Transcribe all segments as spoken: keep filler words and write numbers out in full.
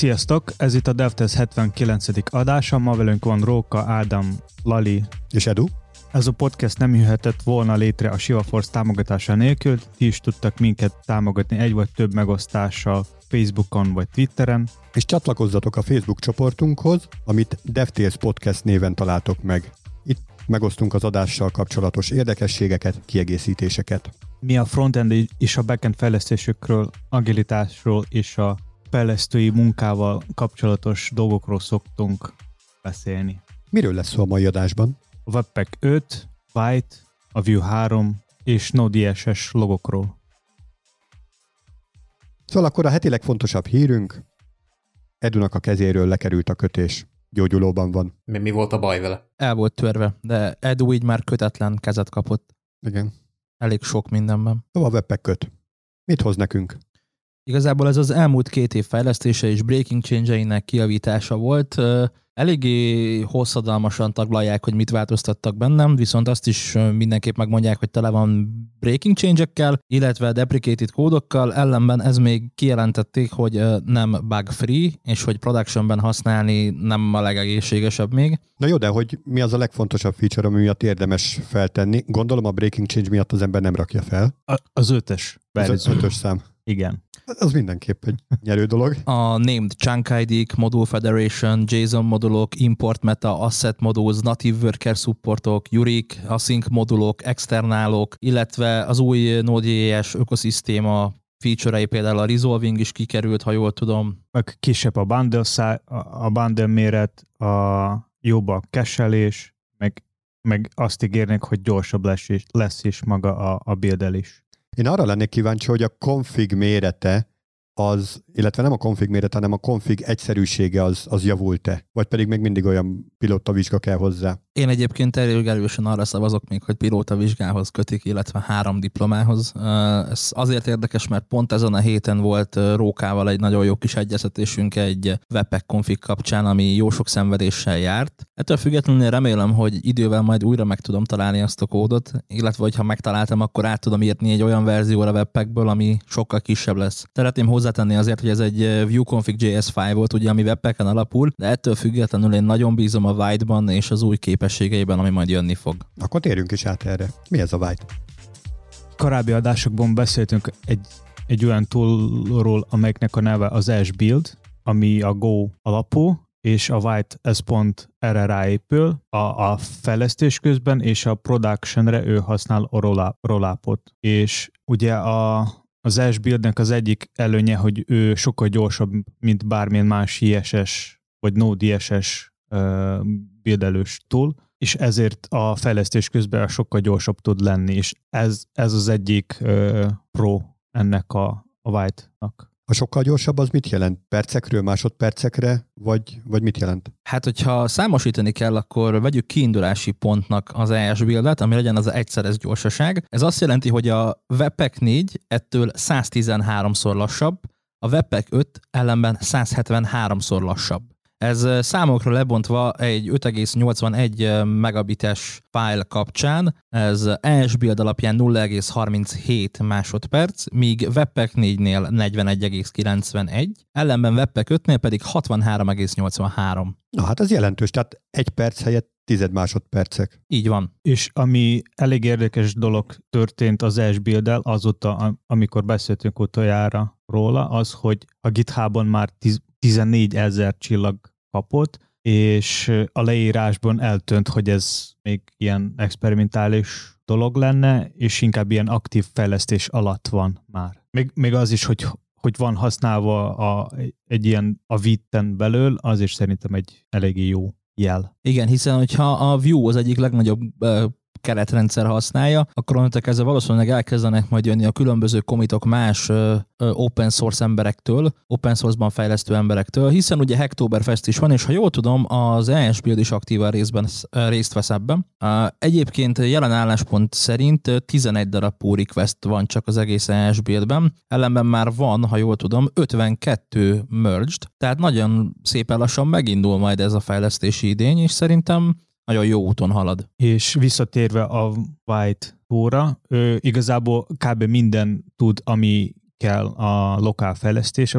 Sziasztok! Ez itt a DevTest hetvenkilencedik adása, ma velünk van Róka, Ádám, Lali és Edu. Ez a podcast nem jöhetett volna létre a ShivaForce támogatása nélkül, ti is tudtak minket támogatni egy vagy több megosztással Facebookon vagy Twitteren. És csatlakozzatok a Facebook csoportunkhoz, amit DevTales Podcast néven találtok meg. Itt megosztunk az adással kapcsolatos érdekességeket, kiegészítéseket. Mi a frontend és a backend fejlesztésükről, agilitásról és a fejlesztői munkával kapcsolatos dolgokról szoktunk beszélni. Miről lesz szó a mai adásban? A Webpack öt, Vite, a Vue három és Node.js-es logokról. Szóval akkor a heti legfontosabb hírünk, Edunak a kezéről lekerült a kötés. Gyógyulóban van. Mi, mi volt a baj vele? El volt törve, de Edu így már kötetlen kezet kapott. Igen. Elég sok mindenben. Szóval a Webpack öt. Mit hoz nekünk? Igazából ez az elmúlt két év fejlesztése és breaking change-einek kijavítása volt. Eléggé hosszadalmasan taglalják, hogy mit változtattak bennem, viszont azt is mindenképp megmondják, hogy tele van breaking change-ekkel, illetve deprecated kódokkal, ellenben ez még kijelentették, hogy nem bug-free, és hogy productionben használni nem a legegészségesebb még. Na jó, de hogy mi az a legfontosabb feature, ami miatt érdemes feltenni? Gondolom a breaking change miatt az ember nem rakja fel. A, az ötös. Az ötös szám. Igen. Az mindenképp egy nyerő dolog. A named chunk I D-k, module federation, JSON modulok, import meta, asset modules, native worker supportok, Yurik, async modulok, externálok, illetve az új Node.js ökoszisztéma feature-ei, például a resolving is kikerült, ha jól tudom. Meg kisebb a bundle, szá- a bundle méret, a jobb a cache-elés, meg, meg azt ígérnék, hogy gyorsabb lesz is, lesz is maga a, a build-elés. Én arra lennék kíváncsi, hogy a config mérete az, illetve nem a config mérete, hanem a config egyszerűsége az, az javult-e? Vagy pedig még mindig olyan pilótavizsga kell hozzá? Én egyébként elég erősen arra szavazok még, hogy pilótavizsgához kötik, illetve három diplomához. Ez azért érdekes, mert pont ezen a héten volt Rókával egy nagyon jó kis egyeztetésünk egy Webpack config kapcsán, ami jó sok szenvedéssel járt. Ettől függetlenül remélem, hogy idővel majd újra meg tudom találni azt a kódot, illetve hogyha megtaláltam, akkor át tudom írni egy olyan verzióra Webpackből, ami sokkal kisebb lesz. Szeretném hozzátenni azért, hogy ez egy VueConfig.js file volt, ugye, ami Webpacken alapul, de ettől függetlenül én nagyon bízom a Vite-ban és az új képességeiben, ami majd jönni fog. Akkor térjünk is át erre. Mi ez a Vite? Korábbi adásokban beszéltünk egy, egy olyan toolról, amelynek a neve az Ash Build, ami a Go alapú, és a Vite ez pont erre ráépül a, a fejlesztés közben, és a productionre ő használ a rollup-ot. És ugye a Az Ash Buildnek az egyik előnye, hogy ő sokkal gyorsabb, mint bármilyen más i es es vagy Node.js uh, buildelős tool, és ezért a fejlesztés közben sokkal gyorsabb tud lenni, és ez, ez az egyik uh, pro ennek a, a Vite-nak. A sokkal gyorsabb az mit jelent? Percekről másodpercekre, vagy, vagy mit jelent? Hát, hogyha számosítani kell, akkor vegyük kiindulási pontnak az Ash Buildet, ami legyen az egyszeres gyorsaság. Ez azt jelenti, hogy a Webpack négy ettől száztizenháromszor lassabb, a Webpack öt ellenben százhetvenháromszor lassabb. Ez számokra lebontva egy öt egész nyolcvanegy megabites file kapcsán, ez Ash Build alapján nulla egész harminchét másodperc, míg Webpack négynél negyvenegy egész kilencvenegy, ellenben Webpack ötnél pedig hatvanhárom egész nyolcvanhárom. Na hát ez jelentős, tehát egy perc helyett tized másodpercek. Így van. És ami elég érdekes dolog történt az Ash Build-el azóta, amikor beszéltünk utoljára róla, az, hogy a GitHubon már tizennégy ezer csillag kapott, és a leírásban eltűnt, hogy ez még ilyen experimentális dolog lenne, és inkább ilyen aktív fejlesztés alatt van már. Még, még az is, hogy, hogy van használva a, egy ilyen a Vite-en belül, az is szerintem egy eléggé jó jel. Igen, hiszen hogyha a Vue az egyik legnagyobb uh, keretrendszer használja, akkor onnantól kezdve valószínűleg elkezdenek majd jönni a különböző commitok más ö, ö, open source emberektől, open source-ban fejlesztő emberektől, hiszen ugye Hacktoberfest is van, és ha jól tudom, az Ash Build is aktívan részben, részt vesz ebben. Egyébként jelen álláspont szerint tizenegy darab pull request van csak az egész Ash Buildben, ellenben már van, ha jól tudom, ötvenkettő merged, tehát nagyon szépen lassan megindul majd ez a fejlesztési idény, és szerintem nagyon jó úton halad. És visszatérve a Vite-óra, ő igazából kb. Minden tud, ami kell a lokál fejlesztése, vagy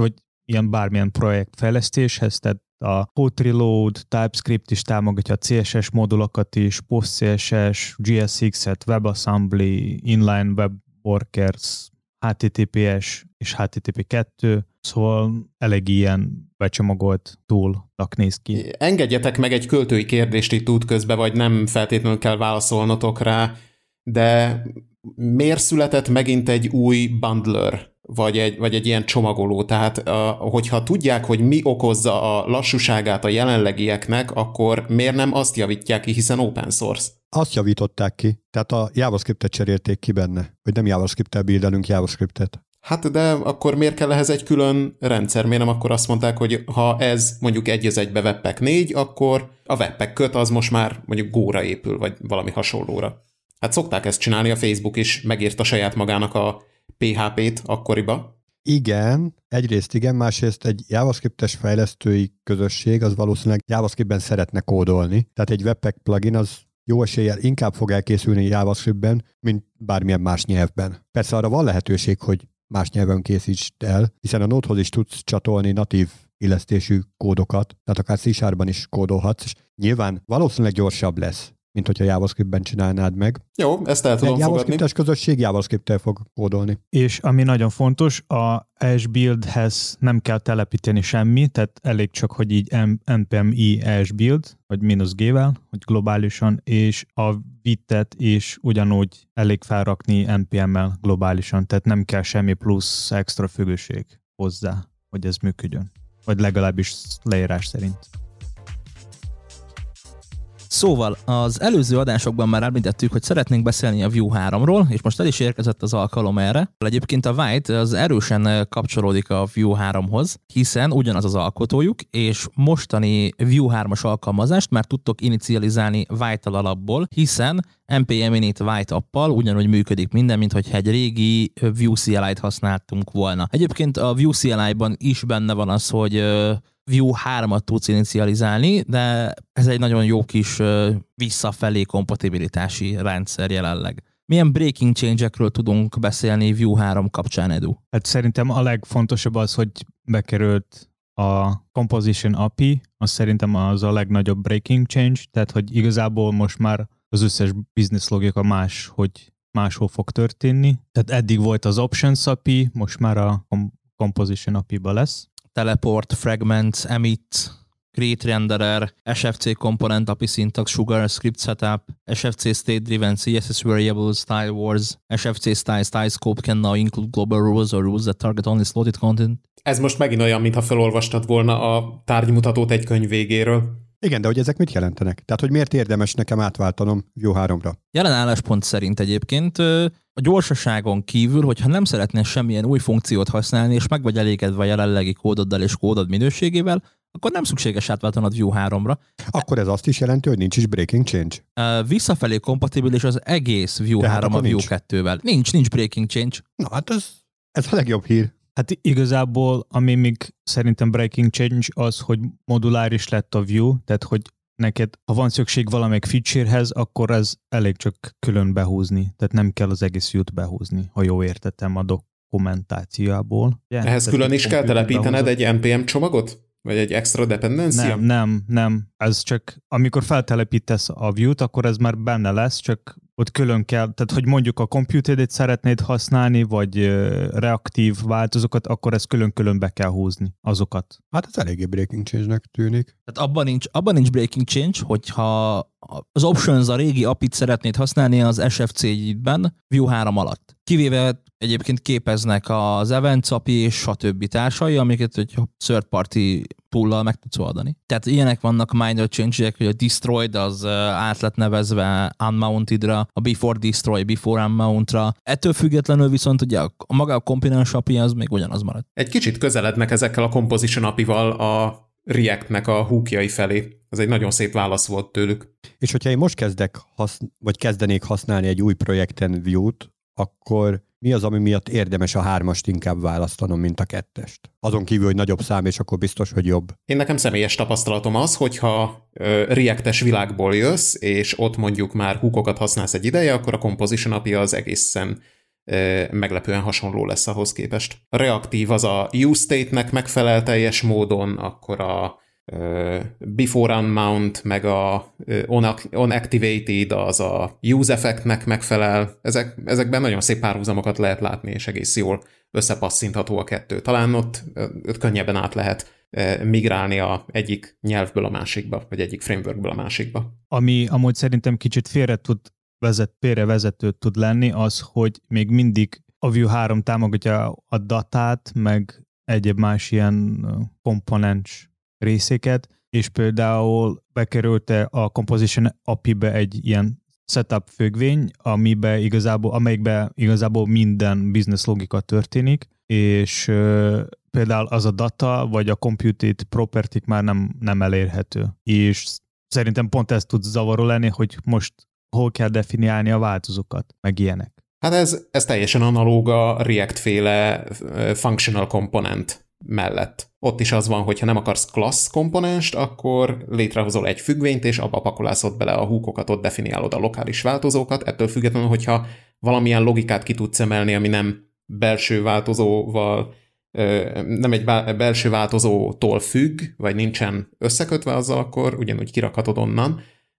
ilyen bármilyen projektfejlesztéshez, tehát a Hot Reload, TypeScript is támogatja a cé es es modulokat is, PostCé es es, gé es iksz-et, WebAssembly, Inline Web Workers, há té té pé es és há té té pé kettő, szóval elég ilyen becsomagolt toolnak néz ki. Engedjetek meg egy költői kérdést itt útközben, vagy nem feltétlenül kell válaszolnotok rá, de miért született megint egy új bundler, vagy egy, vagy egy ilyen csomagoló? Tehát, a, hogyha tudják, hogy mi okozza a lassúságát a jelenlegieknek, akkor miért nem azt javítják ki, hiszen open source? Azt javították ki, tehát a JavaScript-et cserélték ki benne, hogy nem JavaScript-tel buildelünk JavaScript-et. Hát de akkor miért kell ehhez egy külön rendszer? Miért nem akkor azt mondták, hogy ha ez mondjuk egy az egybe Webpack négy, akkor a Webpack köt az most már mondjuk Go-ra épül, vagy valami hasonlóra. Hát szokták ezt csinálni, a Facebook is megírta saját magának a pé há pét akkoriba. Igen, egyrészt igen, másrészt egy JavaScript-es fejlesztői közösség az valószínűleg JavaScript-ben szeretne kódolni. Tehát egy Webpack plugin az jó eséllyel inkább fog elkészülni JavaScript-ben, mint bármilyen más nyelvben. Persze arra van lehetőség, hogy más nyelven készítsd el, hiszen a Node-hoz is tudsz csatolni natív illesztésű kódokat, tehát akár C-Sharpban is kódolhatsz, és nyilván valószínűleg gyorsabb lesz, mint hogyha JavaScript-ben csinálnád meg. Jó, ezt el tudom fogadni. JavaScript-es közösség JavaScript-tel fog kódolni. És ami nagyon fontos, a Ash Build-hez nem kell telepíteni semmi, tehát elég csak, hogy így npm-i Ash Build, vagy mínusz G-vel, hogy globálisan, és a Vite-et is ugyanúgy elég felrakni npm-mel globálisan, tehát nem kell semmi plusz extra függőség hozzá, hogy ez működjön. Vagy legalábbis leírás szerint. Szóval az előző adásokban már említettük, hogy szeretnénk beszélni a Vue háromról, és most el is érkezett az alkalom erre. Egyébként a Vite az erősen kapcsolódik a Vue háromhoz, hiszen ugyanaz az alkotójuk, és mostani Vue hármas alkalmazást már tudtok inicializálni Vite-tal alapból, hiszen npm init Vite appal ugyanúgy működik minden, mint hogy egy régi Vue cé el i-t használtunk volna. Egyébként a Vue cé el i-ban is benne van az, hogy Vue hármat tudsz inicializálni, de ez egy nagyon jó kis uh, visszafelé kompatibilitási rendszer jelenleg. Milyen breaking change-ekről tudunk beszélni Vue három kapcsán, Edu? Hát szerintem a legfontosabb az, hogy bekerült a Composition á pé i, az szerintem az a legnagyobb breaking change, tehát hogy igazából most már az összes business logika más, hogy máshol fog történni. Tehát eddig volt az Options á pé i, most már a Composition á pé i-ba lesz. Teleport, Fragment, Emit, Create Renderer, es ef cé Component á pé i Syntax, Sugar, Script Setup, es ef cé State Driven C S S Variables, Style Wars, es ef cé Style, Style Scope can now include global rules or rules that target only slotted content. Ez most megint olyan, mintha felolvastad volna a tárgymutatót egy könyv végéről. Igen, de hogy ezek mit jelentenek? Tehát, hogy miért érdemes nekem átváltanom Vue háromra? Jelen álláspont szerint egyébként a gyorsaságon kívül, hogyha nem szeretnél semmilyen új funkciót használni, és meg vagy elégedve a jelenlegi kódoddal és kódod minőségével, akkor nem szükséges átváltanod Vue háromra. Akkor ez azt is jelenti, hogy nincs is breaking change? Visszafelé kompatibilis az egész Vue Tehát három a Vue nincs. kettővel. Nincs, nincs breaking change. Na hát ez, ez a legjobb hír. Hát igazából, ami még szerintem breaking change az, hogy moduláris lett a Vue, tehát hogy neked, ha van szükség valamelyik featurehez, akkor ez elég csak külön behúzni, tehát nem kell az egész Vue-t behúzni, ha jól értettem a dokumentációjából. Yeah, Ehhez külön is kell telepítened egy npm csomagot? Vagy egy extra dependencia? Nem, nem, nem. Ez csak, amikor feltelepítesz a Vue-t, akkor ez már benne lesz, csak ott külön kell, tehát hogy mondjuk a Computed-et szeretnéd használni, vagy uh, reaktív változókat, akkor ezt külön-külön be kell húzni, azokat. Hát ez eléggé breaking change-nek tűnik. Tehát abban nincs, abban nincs breaking change, hogyha az options, a régi á pé i-t szeretnéd használni az es ef cé-ben Vue három alatt. Kivéve egyébként képeznek az Events á pé i és stb. Társai, amiket egy third party tool-lal meg tudsz oldani. Tehát ilyenek vannak minor change-ek, hogy a destroyed az át lett nevezve unmounted-ra, a before destroy, before unmount-ra. Ettől függetlenül viszont ugye a, a maga a components á pé i az még ugyanaz marad. Egy kicsit közelednek ezekkel a composition á pé i-val a React-nek a hookjai felé. Ez egy nagyon szép válasz volt tőlük. És hogyha én most kezdek, hasz- vagy kezdenék használni egy új projekten Vue-t, akkor mi az, ami miatt érdemes a hármast inkább választanom, mint a kettest? Azon kívül, hogy nagyobb szám, és akkor biztos, hogy jobb. Én nekem személyes tapasztalatom az, hogyha ö, React-es világból jössz, és ott mondjuk már hookokat használsz egy ideje, akkor a Composition á pé i az egészen meglepően hasonló lesz ahhoz képest. A reaktív az a useState-nek megfelel teljes módon, akkor a before unmount, meg a onactivated az a use effectnek megfelel. Ezek, ezekben nagyon szép párhuzamokat lehet látni, és egész jól összepasszintható a kettő. Talán ott, ott könnyebben át lehet migrálni a egyik nyelvből a másikba, vagy egyik frameworkből a másikba. Ami amúgy szerintem kicsit félre tud vezet, félrevezető tud lenni, az, hogy még mindig a Vue három támogatja a datát, meg egyéb más ilyen komponens részéket, és például bekerült a Composition á pé i-be egy ilyen setup függvény, amibe igazából, amelyikben igazából minden business logika történik, és uh, például az a data, vagy a computed property már nem, nem elérhető. És szerintem pont ez tud zavaró lenni, hogy most hol kell definiálni a változókat, meg ilyenek. Hát ez, ez teljesen analóg a React-féle functional component mellett. Ott is az van, hogy ha nem akarsz class komponenst, akkor létrehozol egy függvényt, és abba pakolászod bele a hookokat, ott definiálod a lokális változókat, ettől függetlenül, hogyha valamilyen logikát ki tudsz emelni, ami nem belső változóval, nem egy belső változótól függ, vagy nincsen összekötve azzal, akkor ugyanúgy kirakhatod onnan,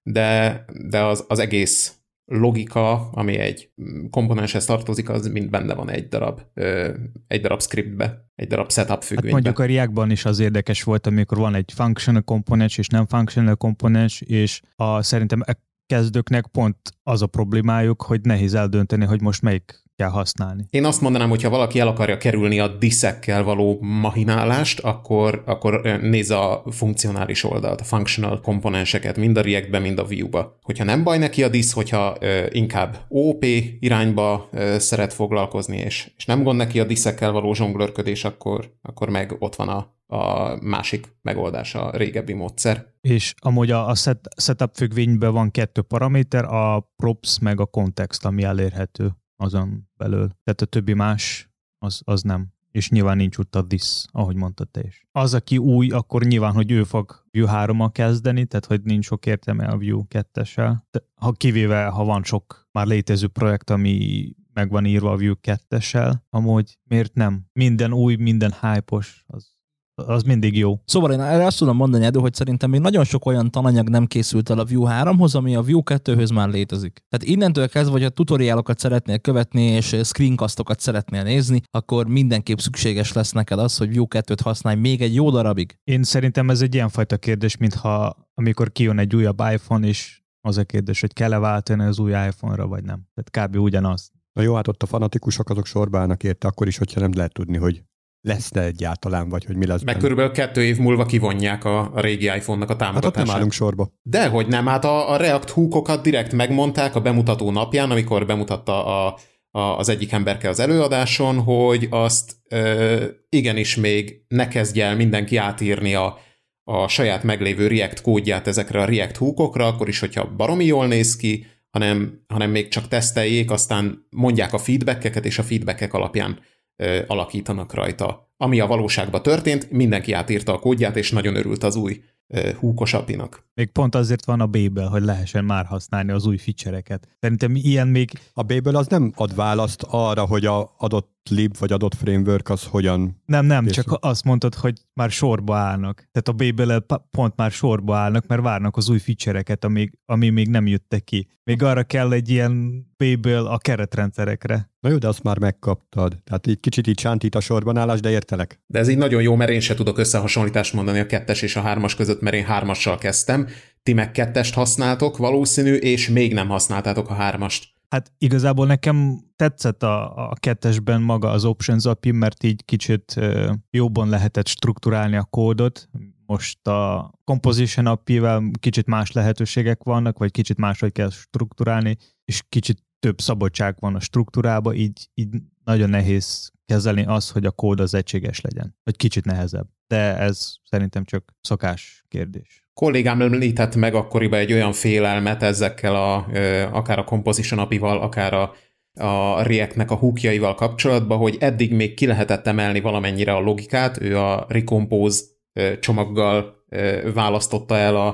de, de az, az egész logika, ami egy komponenshez tartozik, az mind benne van egy darab, egy darab scriptbe, egy darab setup függvénybe. Hát mondjuk a React-ban is az érdekes volt, amikor van egy functional komponens és nem functional komponens, és a, szerintem a kezdőknek pont az a problémájuk, hogy nehéz eldönteni, hogy most melyik kell használni. Én azt mondanám, hogy ha valaki el akarja kerülni a diszekkel való mahinálást, akkor, akkor nézze a funkcionális oldalt, a functional komponenseket, mind a React-be, mind a Vue-ba. Hogyha nem baj neki a disz, hogyha ö, inkább ó pé irányba ö, szeret foglalkozni, és, és nem gond neki a diszekkel való zsonglőrködés, akkor, akkor meg ott van a, a másik megoldás, a régebbi módszer. És amúgy a, a set, setup függvényben van kettő paraméter, a props meg a context, ami elérhető azon belül. Tehát a többi más, az, az nem. És nyilván nincs ott a this, ahogy mondtad te is. Az, aki új, akkor nyilván, hogy ő fog Vue hárommal kezdeni, tehát hogy nincs sok értelme a Vue kettessel. Ha kivéve, ha van sok már létező projekt, ami meg van írva a Vue kettessel, amúgy miért nem? Minden új, minden hype-os, az az mindig jó. Szóval én erre azt tudom mondani, Edu, hogy szerintem még nagyon sok olyan tananyag nem készült el a Vue háromhoz, ami a Vue kettőhöz már létezik. Tehát innentől kezdve, hogy a tutoriálokat szeretnél követni, és screencastokat szeretnél nézni, akkor mindenképp szükséges lesz neked az, hogy Vue kettőt használj még egy jó darabig. Én szerintem ez egy ilyenfajta kérdés, mintha amikor kijön egy újabb iPhone, és az a kérdés, hogy kell-e váltani az új iPhone-ra, vagy nem. Tehát kb. Ugyanaz. Na jó, hát ott a fanatikusok azok sorba állnak érte, akkor is, hogyha nem lehet tudni, hogy lesz-e egyáltalán, vagy hogy mi lesz. Meg körülbelül kettő év múlva kivonják a, a régi iPhone-nak a támogatását. Hát ott nem állunk sorba. Dehogy nem, hát a, a React hookokat direkt megmondták a bemutató napján, amikor bemutatta a, a, az egyik emberke az előadáson, hogy azt ö, igenis még ne kezdj el mindenki átírni a, a saját meglévő React kódját ezekre a React hookokra, akkor is, hogyha baromi jól néz ki, hanem, hanem még csak teszteljék, aztán mondják a feedbackeket, és a feedbackek alapján alakítanak rajta. Ami a valóságban történt, mindenki átírta a kódját, és nagyon örült az új húkos apinak. Még pont azért van a Babel, hogy lehessen már használni az új feature-eket. Szerintem ilyen még... A Babel az nem ad választ arra, hogy a adott lib vagy adott framework az hogyan... Nem, nem, készül. Csak azt mondtad, hogy már sorba állnak. Tehát a Babel pont már sorba állnak, mert várnak az új feature-eket, ami, ami még nem jöttek ki. Még arra kell egy ilyen Babel a keretrendszerekre. Na jó, de azt már megkaptad. Tehát így kicsit így sántít a sorban állás, de értelek. De ez így nagyon jó, mert én se tudok összehasonlítást mondani a kettes és a hármas között, mert én hármassal kezdtem. Ti meg kettest használtok valószínű, és még nem használtátok a hármast. Hát igazából nekem tetszett a, a kettesben maga az Options á pé i, mert így kicsit uh, jobban lehetett strukturálni a kódot. Most a Composition á pé i-vel kicsit más lehetőségek vannak, vagy kicsit máshogy kell strukturálni, és kicsit több szabadság van a struktúrába, így, így nagyon nehéz kezelni az, hogy a kód az egységes legyen. Vagy kicsit nehezebb. De ez szerintem csak szokás kérdés. Kollégám említett meg akkoriban egy olyan félelmet ezekkel a, akár a Composition á pé i-val, akár a, a React-nek a hookjaival kapcsolatban, hogy eddig még ki lehetett emelni valamennyire a logikát, ő a Recompose csomaggal választotta el a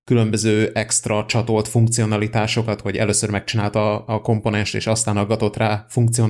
különböző extra csatolt funkcionalitásokat, hogy először megcsinálta a komponenst, és aztán aggatott rá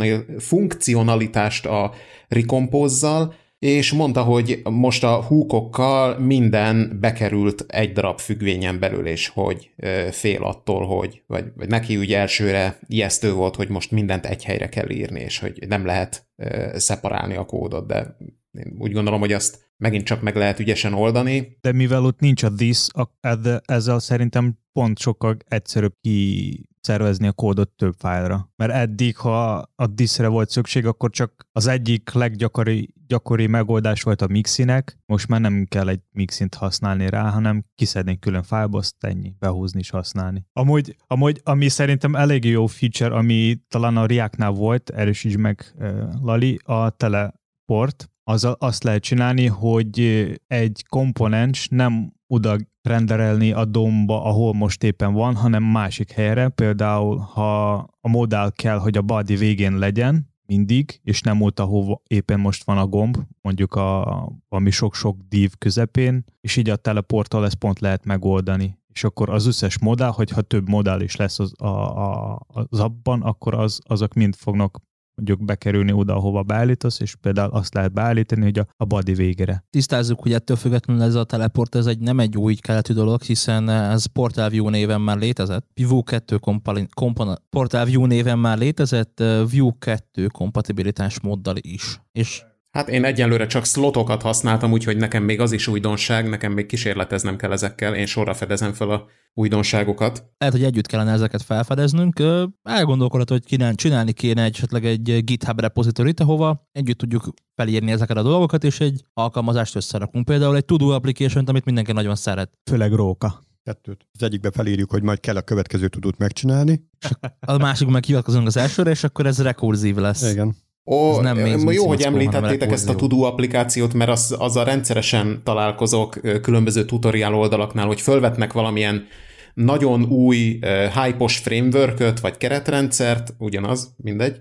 funkcionalitást a Recompose-zal, és mondta, hogy most a hookokkal minden bekerült egy darab függvényen belül, és hogy fél attól, hogy, vagy, vagy neki ugye elsőre ijesztő volt, hogy most mindent egy helyre kell írni, és hogy nem lehet szeparálni a kódot, de én úgy gondolom, hogy azt megint csak meg lehet ügyesen oldani. De mivel ott nincs a this, ezzel szerintem pont sokkal egyszerűbb kiszervezni a kódot több fájlra. Mert eddig, ha a this-re volt szükség, akkor csak az egyik leggyakori gyakori megoldás volt a Mixinek, most már nem kell egy Mixint használni rá, hanem kiszedni külön fájlba, azt ennyi, behúzni és használni. Amúgy, amúgy, ami szerintem elég jó feature, ami talán a React-nál volt, erősíts meg Lali, a teleport, az azt lehet csinálni, hogy egy komponens nem oda renderelni a domba, ahol most éppen van, hanem másik helyre. Például, ha a modál kell, hogy a body végén legyen mindig, és nem ott, ahol éppen most van a gomb, mondjuk a valami sok-sok div közepén, és így a teleporttal ezt pont lehet megoldani. És akkor az összes modál, hogyha több modál is lesz az, a, a, az abban, akkor az, azok mind fognak mondjuk bekerülni oda, ahova beállítasz, és például azt lehet beállítani, hogy a, a body végére. Tisztázzuk, hogy ettől függetlenül ez a teleport, ez egy nem egy új keletű dolog, hiszen ez Portal View néven már létezett. View kettő kompali, kompon, Portal View néven már létezett, View kettő kompatibilitás móddal is. És hát én egyelőre csak slotokat használtam, úgyhogy nekem még az is újdonság, nekem még kísérleteznem kell ezekkel, én sorra fedezem fel a újdonságokat. Lehet, hogy együtt kellene ezeket felfedeznünk. Elgondolkodható, hogy kínál, csinálni kéne egy, esetleg egy GitHub repositoryt, ahova együtt tudjuk felírni ezeket a dolgokat, és egy alkalmazást összerakunk. Például egy to-do application-t, amit mindenki nagyon szeret. Főleg róka. Kettőt. Az egyikbe felírjuk, hogy majd kell a következő tudót megcsinálni. A másikban meg hivatkozunk az elsőre, és akkor ez rekurzív lesz. Igen. Ó, nem jó, hogy említettétek ezt a to-do applikációt, mert az, azzal rendszeresen találkozok különböző tutorial oldalaknál, hogy fölvetnek valamilyen nagyon új, uh, hype-os frameworköt, vagy keretrendszert, ugyanaz, mindegy,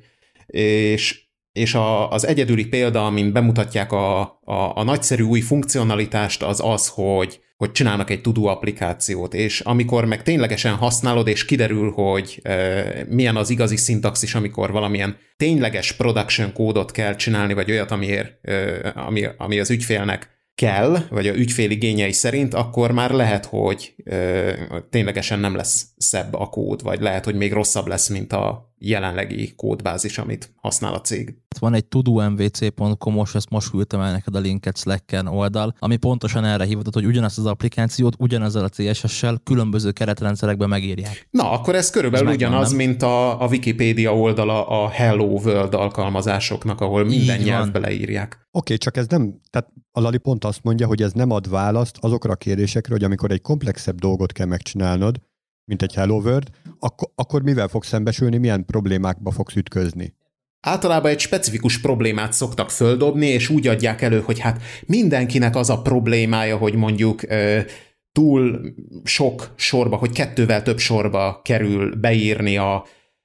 és, és a, az egyedüli példa, amin bemutatják a, a, a nagyszerű új funkcionalitást, az az, hogy hogy csinálnak egy to-do applikációt, és amikor meg ténylegesen használod, és kiderül, hogy e, milyen az igazi szintaxis, amikor valamilyen tényleges production kódot kell csinálni, vagy olyat, amiért, e, ami, ami az ügyfélnek kell, vagy a ügyfél igényei szerint, akkor már lehet, hogy e, ténylegesen nem lesz szebb a kód, vagy lehet, hogy még rosszabb lesz, mint a jelenlegi kódbázis, amit használ a cég. Van egy to-do m v c pont com-os, ezt most küldtem el neked a linket Slacken oldal, ami pontosan erre hivatott, hogy ugyanazt az applikációt ugyanezzel a cé es es-sel különböző keretrendszerekben megírják. Na, akkor ez körülbelül ez ugyanaz, megvan, mint a, a Wikipédia oldala a Hello World alkalmazásoknak, ahol minden így nyelvbe leírják. Oké, okay, csak ez nem, tehát a Lali pont azt mondja, hogy ez nem ad választ azokra a kérdésekre, hogy amikor egy komplexebb dolgot kell megcsinálnod, mint egy Hello World, akkor, akkor mivel fogsz szembesülni, milyen problémákba fogsz ütközni? Általában egy specifikus problémát szoktak földobni, és úgy adják elő, hogy hát mindenkinek az a problémája, hogy mondjuk ö, túl sok sorba, hogy kettővel több sorba kerül beírni a,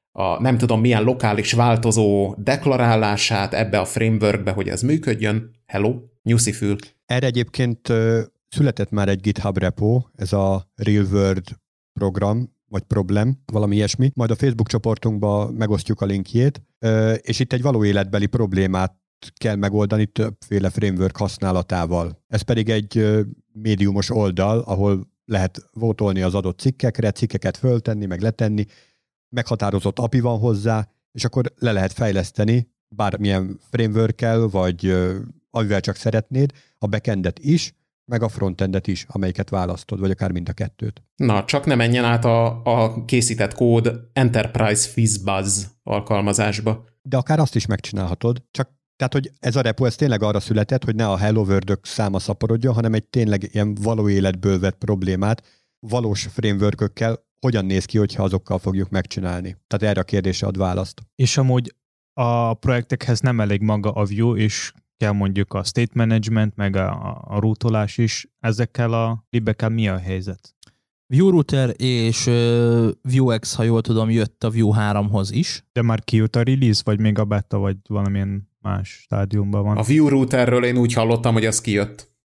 a nem tudom milyen lokális változó deklarálását ebbe a frameworkbe, hogy ez működjön. Hello, nyuszifül. Erre egyébként ö, született már egy GitHub repo, ez a Real World program, vagy problem, valami ilyesmi. Majd a Facebook csoportunkba megosztjuk a linkjét, és itt egy való életbeli problémát kell megoldani többféle framework használatával. Ez pedig egy médiumos oldal, ahol lehet vótolni az adott cikkekre, cikkeket föltenni, meg letenni, meghatározott á pé i van hozzá, és akkor le lehet fejleszteni bármilyen frameworkkel, vagy amivel csak szeretnéd, a backendet is, meg a frontendet is, amelyiket választod, vagy akár mind a kettőt. Na, csak ne menjen át a, a készített kód Enterprise FizzBuzz alkalmazásba. De akár azt is megcsinálhatod, csak tehát, hogy ez a repo, ez tényleg arra született, hogy ne a Hello World-ök száma szaporodjon, hanem egy tényleg ilyen való életből vett problémát valós framework-ökkel hogyan néz ki, hogyha azokkal fogjuk megcsinálni. Tehát erre a kérdésre ad választ. És amúgy a projektekhez nem elég maga a view, és kell mondjuk a state management, meg a, a routolás is. Ezekkel a libekkel mi a helyzet? View router és uh, Vuex, ha jól tudom, jött a Vue háromhoz is. De már kijött a release, vagy még a beta, vagy valamilyen más stádiumban van? A View routerről én úgy hallottam, hogy az kijött.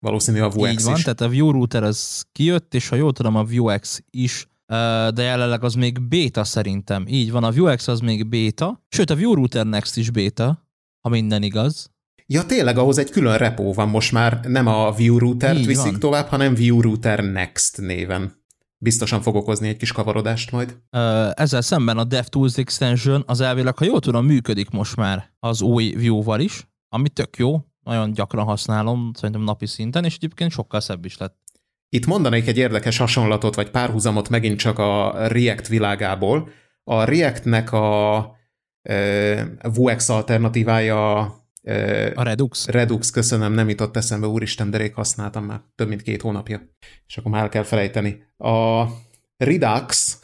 valószínű a Vuex Így van, is. tehát a Vue router az kijött, és ha jól tudom, a Vuex is, de jelenleg az még beta szerintem. Így van, a Vuex az még beta, sőt a Vue router Next is beta, ha minden igaz. Ja, tényleg, ahhoz egy külön repó van most már, nem a Vue routert Így viszik van. tovább, hanem Vue router Next néven. Biztosan fog okozni egy kis kavarodást majd. Ezzel szemben a DevTools Extension az elvileg, ha jól tudom, működik most már az új Vue-val is, ami tök jó, nagyon gyakran használom, szerintem napi szinten, és egyébként sokkal szebb is lett. Itt mondanék egy érdekes hasonlatot, vagy párhuzamot megint csak a React világából. A Reactnek a e, Vuex alternatívája e, A Redux. Redux, köszönöm, nem jutott eszembe, úristen, de rég használtam már több mint két hónapja. És akkor már el kell felejteni. A Redux,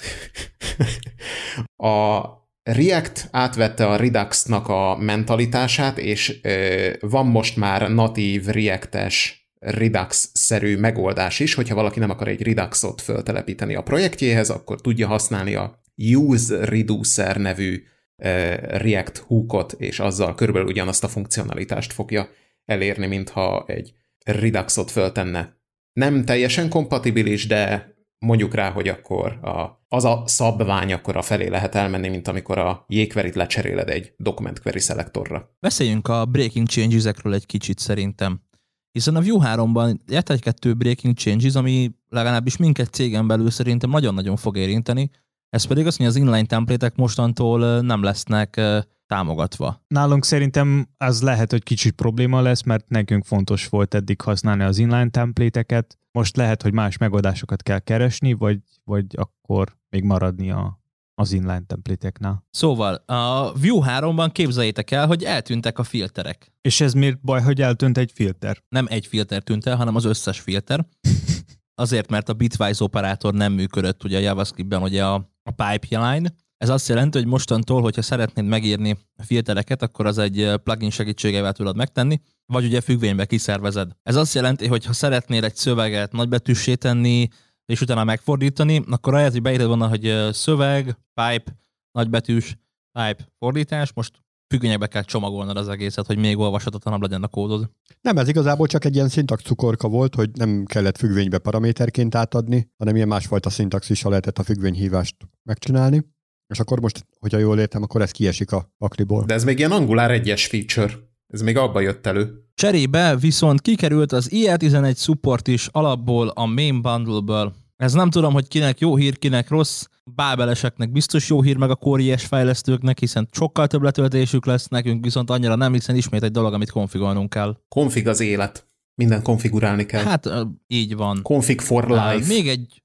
a React átvette a Reduxnak a mentalitását, és e, van most már natív React-es Redux-szerű megoldás is, hogyha valaki nem akar egy Reduxot föltelepíteni a projektjéhez, akkor tudja használni a Use Reducer nevű uh, React hookot, és azzal körülbelül ugyanazt a funkcionalitást fogja elérni, mintha egy Reduxot föltenne. Nem teljesen kompatibilis, de mondjuk rá, hogy akkor a, az a szabvány akkor a felé lehet elmenni, mint amikor a jQuery-t lecseréled egy document query szelektorra. Beszéljünk a breaking changes-ekről egy kicsit szerintem. Hiszen a Vue háromban jött egy-kettő breaking changes, ami legalábbis minket cégen belül szerintem nagyon-nagyon fog érinteni. Ez pedig az, hogy az inline template-ek mostantól nem lesznek támogatva. Nálunk szerintem az lehet, hogy kicsit probléma lesz, mert nekünk fontos volt eddig használni az inline template-eket. Most lehet, hogy más megoldásokat kell keresni, vagy, vagy akkor még maradni a az inline template-eknál. Szóval a Vue háromban képzeljétek el, hogy eltűntek a filterek. És ez miért baj, hogy eltűnt egy filter? Nem egy filter tűnt el, hanem az összes filter. Azért, mert a bitwise operátor nem működött ugye a JavaScriptben, ugye a, a pipeline. Ez azt jelenti, hogy mostantól, hogyha szeretnéd megírni a filtereket, akkor az egy plugin segítségével tudod megtenni, vagy ugye függvénybe kiszervezed. Ez azt jelenti, hogy ha szeretnél egy szöveget nagybetűssé tenni, és utána megfordítani, akkor ahelyett, hogy beírod volna, hogy szöveg, pipe, nagybetűs, pipe, fordítás, most függvényekbe kell csomagolnod az egészet, hogy még olvashatótlanabb legyen a kódod. Nem, ez igazából csak egy ilyen szintax cukorka volt, hogy nem kellett függvénybe paraméterként átadni, hanem ilyen másfajta szintaxissal lehetett a függvényhívást megcsinálni. És akkor most, hogyha jól értem, akkor ez kiesik a pakliból. De ez még ilyen Angular egyes feature. Ez még abba jött elő. Cserébe viszont kikerült az i e tizenegy support is alapból a main bundle-ből. Ez nem tudom, hogy kinek jó hír, kinek rossz. Bábeleseknek biztos jó hír, meg a Core i es fejlesztőknek, hiszen sokkal több letöltésük lesz, nekünk viszont annyira nem, hiszen ismét egy dolog, amit konfigolnunk kell. Config az élet. Minden konfigurálni kell. Hát így van. Config for life. Még egy,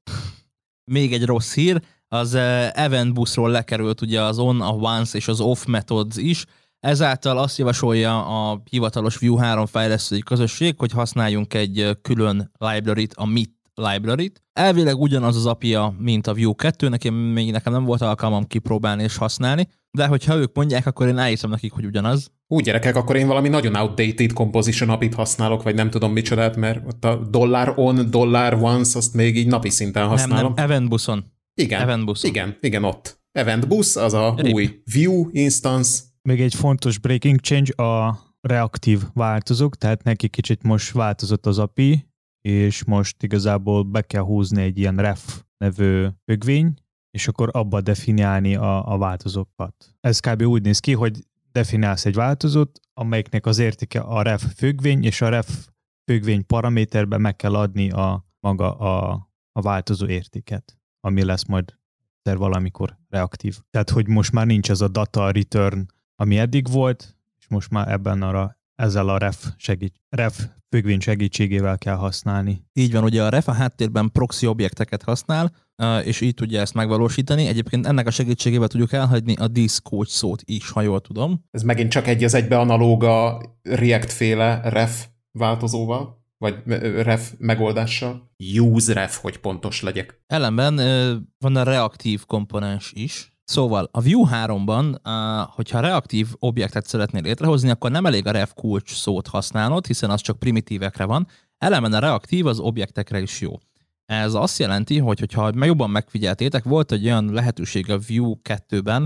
még egy rossz hír, az event busról lekerült ugye az on, a once és az off methods is. Ezáltal azt javasolja a hivatalos Vue három fejlesztői közösség, hogy használjunk egy külön library-t, a Meet library-t. Elvileg ugyanaz az apja, mint a Vue kettőnek, én még nekem nem volt alkalmam kipróbálni és használni, de hogyha ők mondják, akkor én elhiszem nekik, hogy ugyanaz. Úgy gyerekek, akkor én valami nagyon outdated composition apit használok, vagy nem tudom micsodát, mert ott a dollar on, dollar once, azt még így napi szinten használom. Nem, nem, event buszon. Igen, event buszon. igen, igen, ott. Event bus, az a Rip. új Vue instance. Még egy fontos breaking change a reaktív változók, tehát neki kicsit most változott az á pé i, és most igazából be kell húzni egy ilyen ref nevű függvény, és akkor abba definiálni a, a változókat. Ez kb. Úgy néz ki, hogy definiálsz egy változót, amelyiknek az értéke a ref függvény, és a ref függvény paraméterben meg kell adni a maga a, a változó értéket, ami lesz majd valamikor reaktív. Tehát, hogy most már nincs ez a data return, ami eddig volt, és most már ebben arra ezzel a ref, segít, ref függvény segítségével kell használni. Így van, ugye a ref a háttérben proxy objekteket használ, és így tudja ezt megvalósítani. Egyébként ennek a segítségével tudjuk elhagyni a this coach szót is, ha jól tudom. Ez megint csak egy az egybe analóg a React-féle ref változóval, vagy ref megoldással. Use ref, hogy pontos legyek. Ellenben van a reaktív komponens is. Szóval a Vue háromban, hogyha reaktív objektet szeretnél létrehozni, akkor nem elég a ref kulcs szót használnod, hiszen az csak primitívekre van. Ellenben a reaktív az objektekre is jó. Ez azt jelenti, hogy ha jobban megfigyeltétek, volt egy olyan lehetőség a Vue kettőben,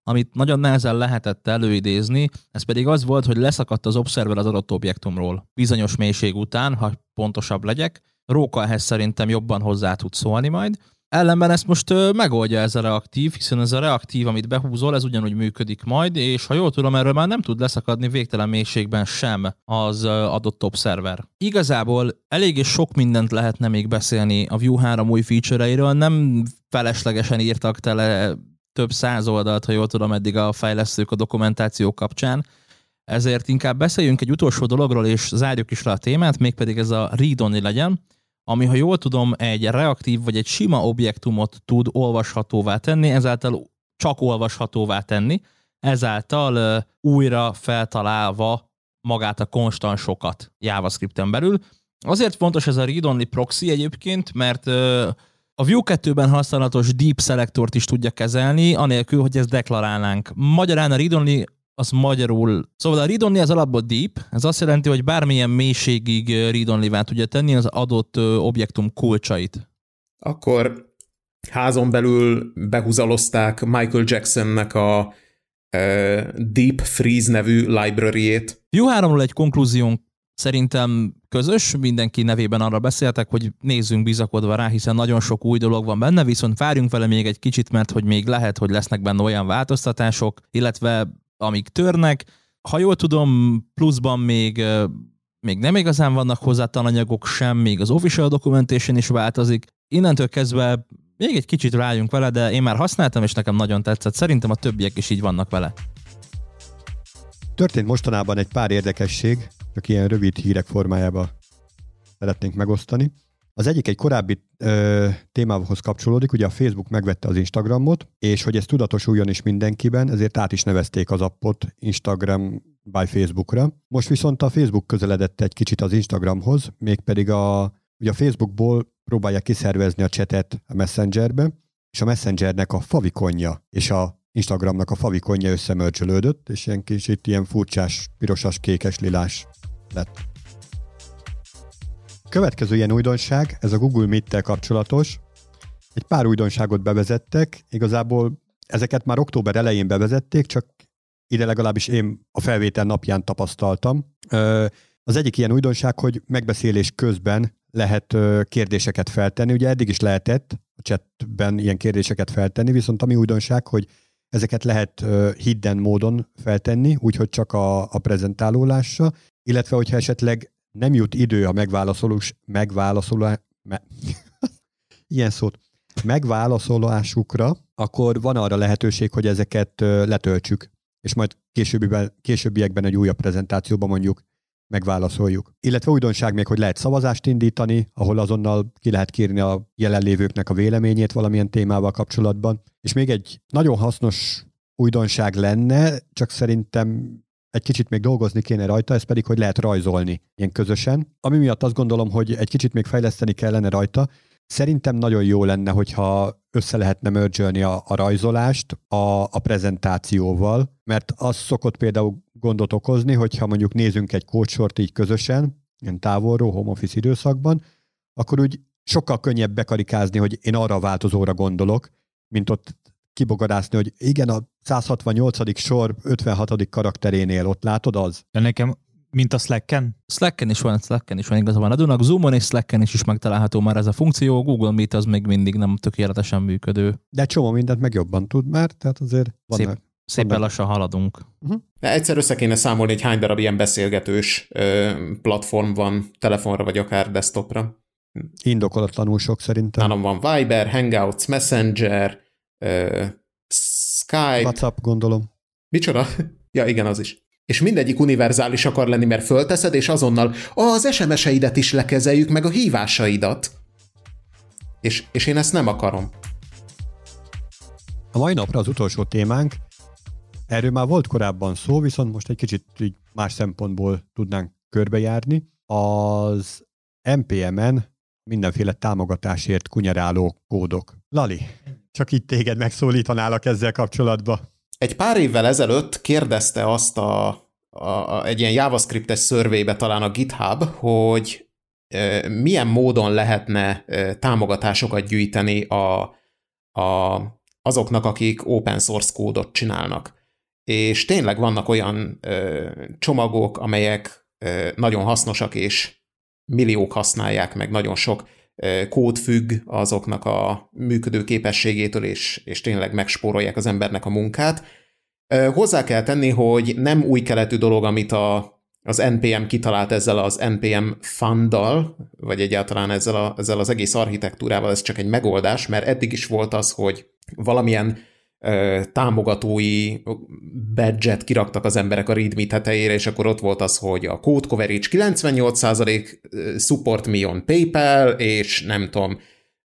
amit nagyon nehezen lehetett előidézni, ez pedig az volt, hogy leszakadt az observer az adott objektumról. Bizonyos mélység után, ha pontosabb legyek, Róka ehhez szerintem jobban hozzá tud szólni majd. Ellenben ezt most ö, megoldja ez a reaktív, hiszen ez a reaktív, amit behúzol, ez ugyanúgy működik majd, és ha jól tudom, erről már nem tud leszakadni végtelen mélységben sem az ö, adott observer. Igazából eléggé sok mindent lehetne még beszélni a Vue három új feature-eiről, nem feleslegesen írtak tele több száz oldalt, ha jól tudom, eddig a fejlesztők a dokumentáció kapcsán, ezért inkább beszéljünk egy utolsó dologról, és zárjuk is le a témát, mégpedig ez a read-only legyen, ami, ha jól tudom, egy reaktív vagy egy sima objektumot tud olvashatóvá tenni, ezáltal csak olvashatóvá tenni, ezáltal uh, újra feltalálva magát a konstansokat JavaScripten belül. Azért fontos ez a read-only proxy egyébként, mert uh, a Vue kettőben használatos deep selektort is tudja kezelni, anélkül, hogy ezt deklarálnánk. Magyarán a read-only az magyarul... Szóval a read-only az alapból deep, ez azt jelenti, hogy bármilyen mélységig read-only-vá tudja tenni az adott objektum kulcsait. Akkor házon belül behúzalozták Michael Jacksonnek a uh, Deep Freeze nevű library-ét. Vue háromról egy konklúziónk szerintem közös, mindenki nevében arra beszéltek, hogy nézzünk bizakodva rá, hiszen nagyon sok új dolog van benne, viszont várjunk vele még egy kicsit, mert hogy még lehet, hogy lesznek benne olyan változtatások, illetve amik törnek. Ha jól tudom, pluszban még, még nem igazán vannak hozzá tananyagok sem, még az official documentation is változik. Innentől kezdve még egy kicsit rájunk vele, de én már használtam, és nekem nagyon tetszett. Szerintem a többiek is így vannak vele. Történt mostanában egy pár érdekesség, csak ilyen rövid hírek formájában szeretnénk megosztani. Az egyik egy korábbi ö, témához kapcsolódik, ugye a Facebook megvette az Instagramot, és hogy ez tudatosuljon is mindenkiben, ezért át is nevezték az appot Instagram by Facebookra. Most viszont a Facebook közeledett egy kicsit az Instagramhoz, mégpedig a, ugye a Facebookból próbálják kiszervezni a chatet a Messengerbe, és a Messengernek a favikonja és a Instagramnak a favikonja összemörcsölődött, és ilyen kicsit ilyen furcsás, pirosas, kékes, lilás lett. Következő ilyen újdonság, ez a Google Meet-tel kapcsolatos. Egy pár újdonságot bevezettek, igazából ezeket már október elején bevezették, csak ide legalábbis én a felvétel napján tapasztaltam. Az egyik ilyen újdonság, hogy megbeszélés közben lehet kérdéseket feltenni. Ugye eddig is lehetett a chatben ilyen kérdéseket feltenni, viszont ami újdonság, hogy ezeket lehet hidden módon feltenni, úgyhogy csak a, a prezentáló lássa, illetve hogyha esetleg nem jut idő a megválaszolós, megválaszolás, me, ilyen szót, megválaszolásukra, akkor van arra lehetőség, hogy ezeket letöltsük, és majd későbbiben, későbbiekben egy újabb prezentációban mondjuk megválaszoljuk. Illetve újdonság még, hogy lehet szavazást indítani, ahol azonnal ki lehet kérni a jelenlévőknek a véleményét valamilyen témával kapcsolatban. És még egy nagyon hasznos újdonság lenne, csak szerintem egy kicsit még dolgozni kéne rajta, ez pedig, hogy lehet rajzolni ilyen közösen. Ami miatt azt gondolom, hogy egy kicsit még fejleszteni kellene rajta. Szerintem nagyon jó lenne, hogyha össze lehetne merge-ölni a, a rajzolást a, a prezentációval, mert az szokott például gondot okozni, hogyha mondjuk nézünk egy kódsort így közösen, ilyen távolról, home office időszakban, akkor úgy sokkal könnyebb bekarikázni, hogy én arra a változóra gondolok, mint ott kibogarászni, hogy igen, a száz hatvannyolcadik sor ötvenhatodik karakterénél ott látod az? De nekem, mint a Slacken? Slacken is van, Slacken is van igazán. Adónak Zoomon és Slacken is, is megtalálható már ez a funkció, Google Meet az még mindig nem tökéletesen működő. De csomó mindent meg jobban tud már, tehát azért vannak. Szép, szépen vannak. Lassan haladunk. Uh-huh. De egyszer össze kéne számolni, hogy hány darab ilyen beszélgetős ö, platform van telefonra, vagy akár desktopra. Indokolatlanul sok szerintem. Nálam van Viber, Hangouts, Messenger, ö, Skype. WhatsApp, gondolom. Micsoda? Ja, igen, az is. És mindegyik univerzális akar lenni, mert fölteszed, és azonnal az es em es-eidet is lekezeljük, meg a hívásaidat. És, és én ezt nem akarom. A mai napra az utolsó témánk, erről már volt korábban szó, viszont most egy kicsit így más szempontból tudnánk körbejárni. Az en pé em-en mindenféle támogatásért kunyeráló kódok. Lali, csak itt téged megszólítanálak ezzel kapcsolatban. Egy pár évvel ezelőtt kérdezte azt a, a, a, egy ilyen JavaScript-es surveybe talán a GitHub, hogy e, milyen módon lehetne e, támogatásokat gyűjteni a, a azoknak, akik open source kódot csinálnak. És tényleg vannak olyan ö, csomagok, amelyek ö, nagyon hasznosak, és milliók használják, meg nagyon sok ö, kód függ azoknak a működő képességétől, és, és tényleg megspórolják az embernek a munkát. Ö, hozzá kell tenni, hogy nem új keletű dolog, amit a, az en pé em kitalált ezzel az en pé em funddal, vagy egyáltalán ezzel, a, ezzel az egész architektúrával, ez csak egy megoldás, mert eddig is volt az, hogy valamilyen támogatói badge-et kiraktak az emberek a README tetejére, és akkor ott volt az, hogy a code coverage kilencvennyolc százalék, support me on PayPal, és nem tudom,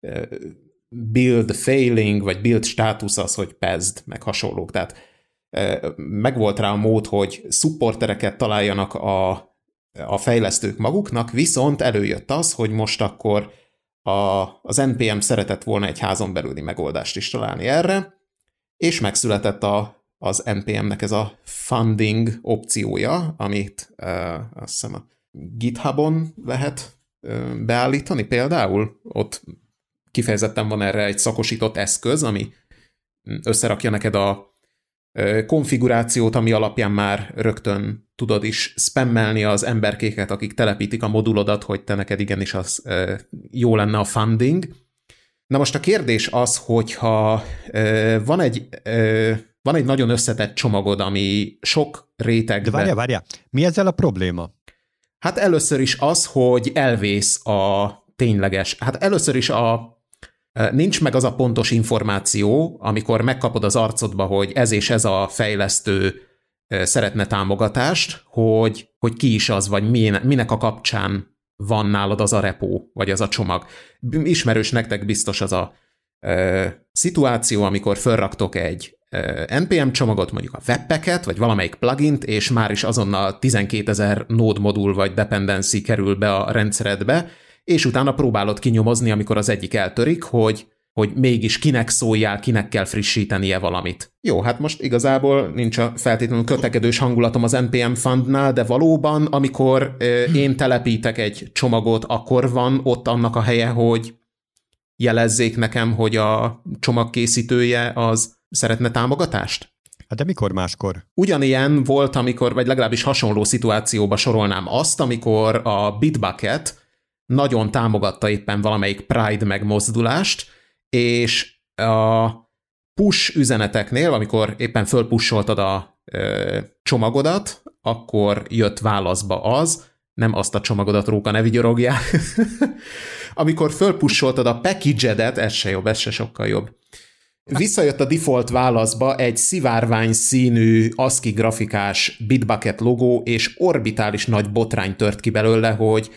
build failing, vagy build status az, hogy pezd, meg hasonlók. Tehát megvolt rá a mód, hogy supportereket találjanak a, a fejlesztők maguknak, viszont előjött az, hogy most akkor a, az en pé em szeretett volna egy házon belüli megoldást is találni erre, és megszületett a, az en pé em-nek ez a funding opciója, amit uh, azt hiszem a GitHubon lehet uh, beállítani például. Ott kifejezetten van erre egy szakosított eszköz, ami összerakja neked a uh, konfigurációt, ami alapján már rögtön tudod is spammelni az emberkéket, akik telepítik a modulodat, hogy te neked igenis az uh, jó lenne a funding. Na most a kérdés az, hogyha ö, van, egy, ö, van egy nagyon összetett csomagod, ami sok rétegben... De várjál, várjál, mi ezzel a probléma? Hát először is az, hogy elvész a tényleges... Hát először is a, nincs meg az a pontos információ, amikor megkapod az arcodba, hogy ez és ez a fejlesztő szeretne támogatást, hogy, hogy ki is az, vagy minek a kapcsán van nálad az a repó, vagy az a csomag. Ismerős nektek biztos az a ö, szituáció, amikor felraktok egy ö, en pé em csomagot, mondjuk a webpacket, vagy valamelyik plugint, és már is azonnal tizenkétezer node modul vagy dependency kerül be a rendszeredbe, és utána próbálod kinyomozni, amikor az egyik eltörik, hogy hogy mégis kinek szóljál, kinek kell frissítenie valamit. Jó, hát most igazából nincs a feltétlenül kötekedős hangulatom az en pé em fundnál, de valóban, amikor ö, én telepítek egy csomagot, akkor van ott annak a helye, hogy jelezzék nekem, hogy a csomagkészítője az szeretne támogatást? Hát de mikor máskor? Ugyanilyen volt, amikor, vagy legalábbis hasonló szituációba sorolnám azt, amikor a Bitbucket nagyon támogatta éppen valamelyik Pride megmozdulást, és a push üzeneteknél, amikor éppen fölpusholtad a ö, csomagodat, akkor jött válaszba az, nem azt a csomagodat, Róka, ne vigyorogjál, amikor fölpusholtad a package-edet, ez se jobb, ez se sokkal jobb, visszajött a default válaszba egy szivárvány színű ASCII grafikás Bitbucket logó, és orbitális nagy botrány tört ki belőle, hogy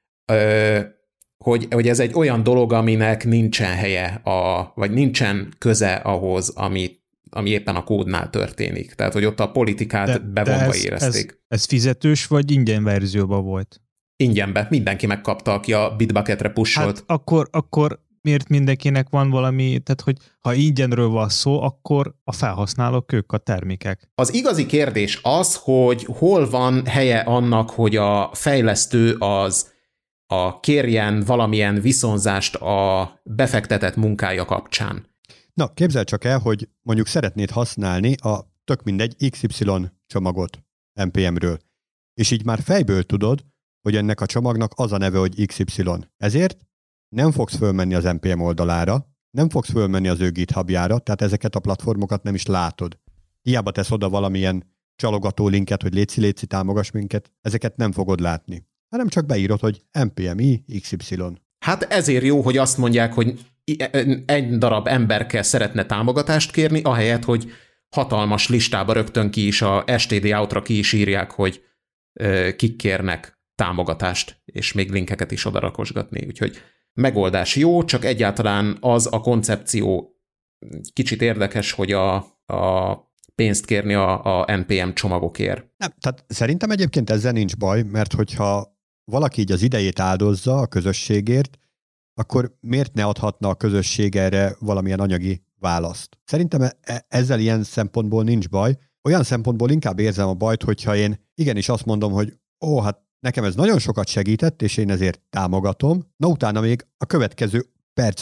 ö, Hogy, hogy ez egy olyan dolog, aminek nincsen helye, a, vagy nincsen köze ahhoz, ami, ami éppen a kódnál történik. Tehát, hogy ott a politikát de, bevonva de ez, érezték. Ez, ez fizetős, vagy ingyen verzióban volt? Ingyenbe. Mindenki megkapta, aki a Bitbucketre pusholt. Hát akkor, akkor miért mindenkinek van valami, tehát, hogy ha ingyenről van szó, akkor a felhasználók ők a termékek. Az igazi kérdés az, hogy hol van helye annak, hogy a fejlesztő az a kérjen valamilyen viszonzást a befektetett munkája kapcsán. Na, képzeld csak el, hogy mondjuk szeretnéd használni a tök mindegy iksz ipszilon csomagot en pé em-ről, és így már fejből tudod, hogy ennek a csomagnak az a neve, hogy iksz ipszilon. Ezért nem fogsz fölmenni az en pé em oldalára, nem fogsz fölmenni az ő GitHubjára, tehát ezeket a platformokat nem is látod. Hiába tesz oda valamilyen csalogató linket, hogy léci, léci, támogass minket, ezeket nem fogod látni, hanem csak beírod, hogy en pé em i iksz ipszilon. Hát ezért jó, hogy azt mondják, hogy egy darab emberke szeretne támogatást kérni, ahelyett, hogy hatalmas listába rögtön ki is a es té dé out-ra ki is írják, hogy kik kérnek támogatást, és még linkeket is oda rakosgatni. Úgyhogy megoldás jó, csak egyáltalán az a koncepció kicsit érdekes, hogy a, a pénzt kérni a, a en pé em csomagokért. Nem, tehát szerintem egyébként ezzel nincs baj, mert hogyha valaki így az idejét áldozza a közösségért, akkor miért ne adhatna a közösség erre valamilyen anyagi választ? Szerintem ezzel ilyen szempontból nincs baj. Olyan szempontból inkább érzem a bajt, hogyha én igenis azt mondom, hogy ó, hát nekem ez nagyon sokat segített, és én ezért támogatom. Na utána még a következő percben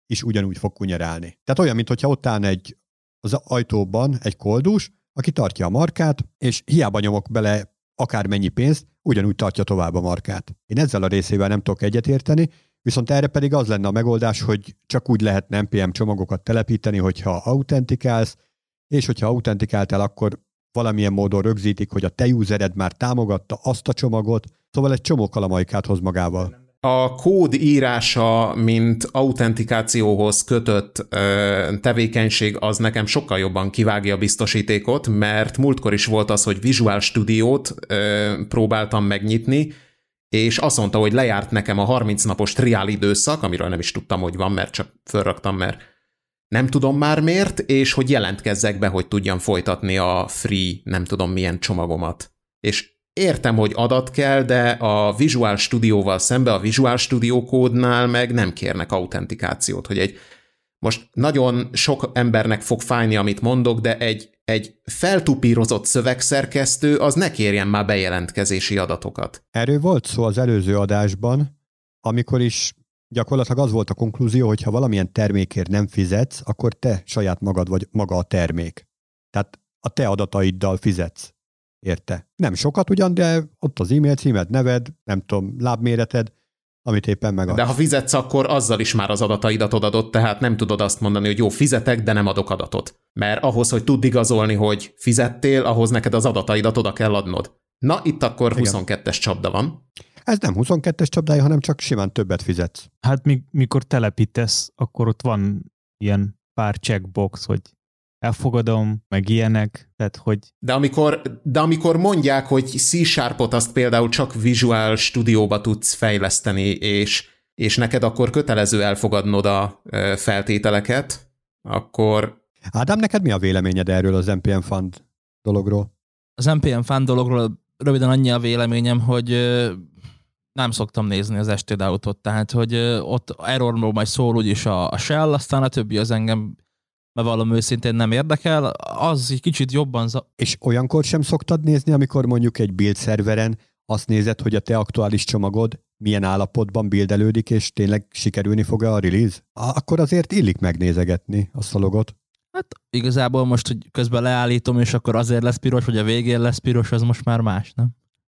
is ugyanúgy fog kunyerálni. Tehát olyan, mintha ott állna egy, az ajtóban egy koldus, aki tartja a markát, és hiába nyomok bele akármennyi pénzt, ugyanúgy tartja tovább a markát. Én ezzel a részével nem tudok egyetérteni, viszont erre pedig az lenne a megoldás, hogy csak úgy lehet en pé em csomagokat telepíteni, hogyha autentikálsz, és hogyha autentikáltál, akkor valamilyen módon rögzítik, hogy a te usered már támogatta azt a csomagot, szóval egy csomó kalamajkát hoz magával. A kód írása, mint autentikációhoz kötött ö, tevékenység, az nekem sokkal jobban kivágja a biztosítékot, mert múltkor is volt az, hogy Visual Studiót ö, próbáltam megnyitni, és azt mondta, hogy lejárt nekem a harminc napos triál időszak, amiről nem is tudtam, hogy van, mert csak fölraktam, mert nem tudom már miért, és hogy jelentkezzek be, hogy tudjam folytatni a free, nem tudom milyen csomagomat. És értem, hogy adat kell, de a Visual Studio-val szemben a Visual Studio kódnál meg nem kérnek autentikációt, hogy egy most nagyon sok embernek fog fájni, amit mondok, de egy, egy feltupírozott szövegszerkesztő az ne kérjen már bejelentkezési adatokat. Erről volt szó az előző adásban, amikor is gyakorlatilag az volt a konklúzió, hogy ha valamilyen termékért nem fizetsz, akkor te saját magad vagy maga a termék. Tehát a te adataiddal fizetsz. Érte? Nem sokat ugyan, de ott az e-mail címed, neved, nem tudom, lábméreted, amit éppen megadsz. De ha fizetsz, akkor azzal is már az adataidat odadott, tehát nem tudod azt mondani, hogy jó, fizetek, de nem adok adatot. Mert ahhoz, hogy tudd igazolni, hogy fizettél, ahhoz neked az adataidat oda kell adnod. Na, itt akkor igen. huszonkettes csapda van. Ez nem huszonkettes csapdája, hanem csak simán többet fizetsz. Hát mikor telepítesz, akkor ott van ilyen pár checkbox, hogy elfogadom, meg ilyenek, tehát hogy... De amikor, de amikor mondják, hogy C-Sharpot azt például csak Visual Studio-ba tudsz fejleszteni, és, és neked akkor kötelező elfogadnod a feltételeket, akkor... Ádám, neked mi a véleményed erről az en pé em Fund dologról? Az en pé em Fund dologról röviden annyi a véleményem, hogy nem szoktam nézni az es té dé autót, tehát hogy ott errorról majd szól úgyis a, a shell, aztán a többi az engem bevallom őszintén nem érdekel, az egy kicsit jobban... Za- És olyankor sem szoktad nézni, amikor mondjuk egy build szerveren azt nézed, hogy a te aktuális csomagod milyen állapotban buildelődik, és tényleg sikerülni fog-e a release? Akkor azért illik megnézegetni azt a logot. Hát igazából most, hogy közben leállítom, és akkor azért lesz piros, vagy a végén lesz piros, az most már más, nem?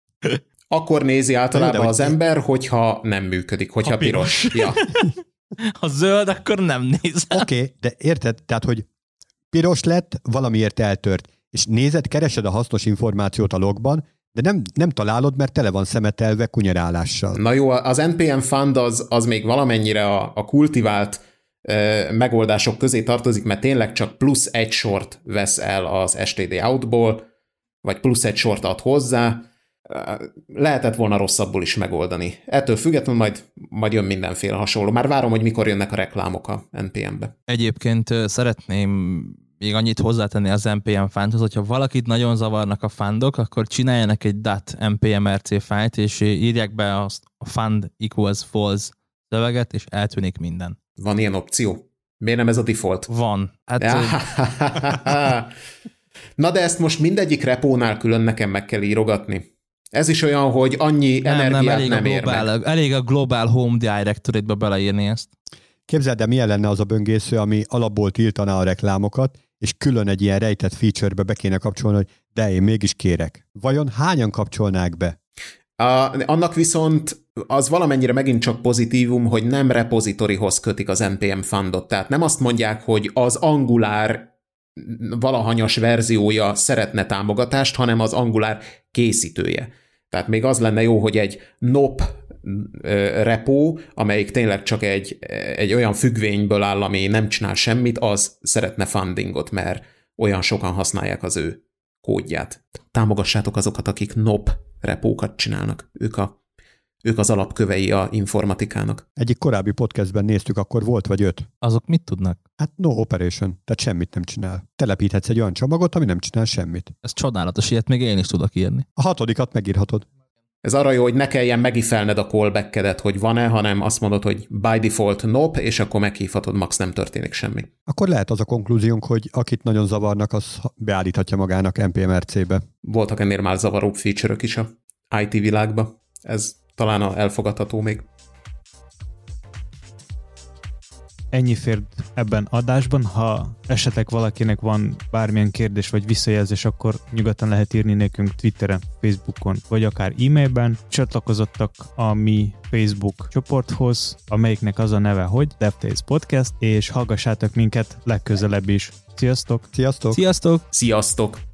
Akkor nézi általában de, az hogy... ember, hogyha nem működik, hogyha ha piros. piros. Ja. Ha zöld, akkor nem nézem. Oké, okay, de érted? Tehát, hogy piros lett, valamiért eltört. És nézed, keresed a hasznos információt a logban, de nem, nem találod, mert tele van szemetelve kunyerálással. Na jó, az en pé em Fund az, az még valamennyire a, a kultivált e, megoldások közé tartozik, mert tényleg csak plusz egy sort vesz el az es té dé outból, vagy plusz egy sort ad hozzá. Lehetett volna rosszabbul is megoldani. Ettől függetlenül majd, majd jön mindenféle hasonló. Már várom, hogy mikor jönnek a reklámok a en pé em-be. Egyébként szeretném még annyit hozzátenni az en pé em Fundhoz, hogyha valakit nagyon zavarnak a fundok, akkor csináljanak egy .npmrc fájlt, és írják be a fund equals false szöveget, és eltűnik minden. Van ilyen opció? Miért nem ez a default? Van. Hát... Na de ezt most mindegyik repónál külön nekem meg kell írogatni. Ez is olyan, hogy annyi nem, energiát nem, elég nem ér global, meg. Elég a Global Home Directory-ba beleírni ezt. Képzeld, de milyen lenne az a böngésző, ami alapból tiltaná a reklámokat, és külön egy ilyen rejtett feature-be be kéne kapcsolni, hogy de én mégis kérek. Vajon hányan kapcsolnák be? A, annak viszont az valamennyire megint csak pozitívum, hogy nem repozitorihoz kötik az en pé em Fundot. Tehát nem azt mondják, hogy az Angular valahanyas verziója szeretne támogatást, hanem az Angular készítője. Tehát még az lenne jó, hogy egy nop repo, amelyik tényleg csak egy, egy olyan függvényből áll, ami nem csinál semmit, az szeretne fundingot, mert olyan sokan használják az ő kódját. Támogassátok azokat, akik nop repókat csinálnak. Ők, a, ők az alapkövei a informatikának. Egyik korábbi podcastben néztük, akkor volt vagy öt. Azok mit tudnak? Hát no operation, tehát semmit nem csinál. Telepíthetsz egy olyan csomagot, ami nem csinál semmit. Ez csodálatos, ilyet még én is tudok írni. A hatodikat megírhatod. Ez arra jó, hogy ne kelljen megifelned a callback-edet, hogy van-e, hanem azt mondod, hogy by default nop, és akkor meghívhatod, max nem történik semmi. Akkor lehet az a konklúziónk, hogy akit nagyon zavarnak, az beállíthatja magának en pé em er cé-be. Voltak ennél már zavaróbb feature-ök is a i té világban. Ez talán elfogadható még. ennyi fért ebben adásban. Ha esetleg valakinek van bármilyen kérdés vagy visszajelzés, akkor nyugodtan lehet írni nekünk Twitteren, Facebookon, vagy akár e-mailben. Csatlakozottak a mi Facebook csoporthoz, amelyiknek az a neve, hogy DevTales Podcast, és hallgassátok minket legközelebb is. Sziasztok! Sziasztok! Sziasztok! Sziasztok!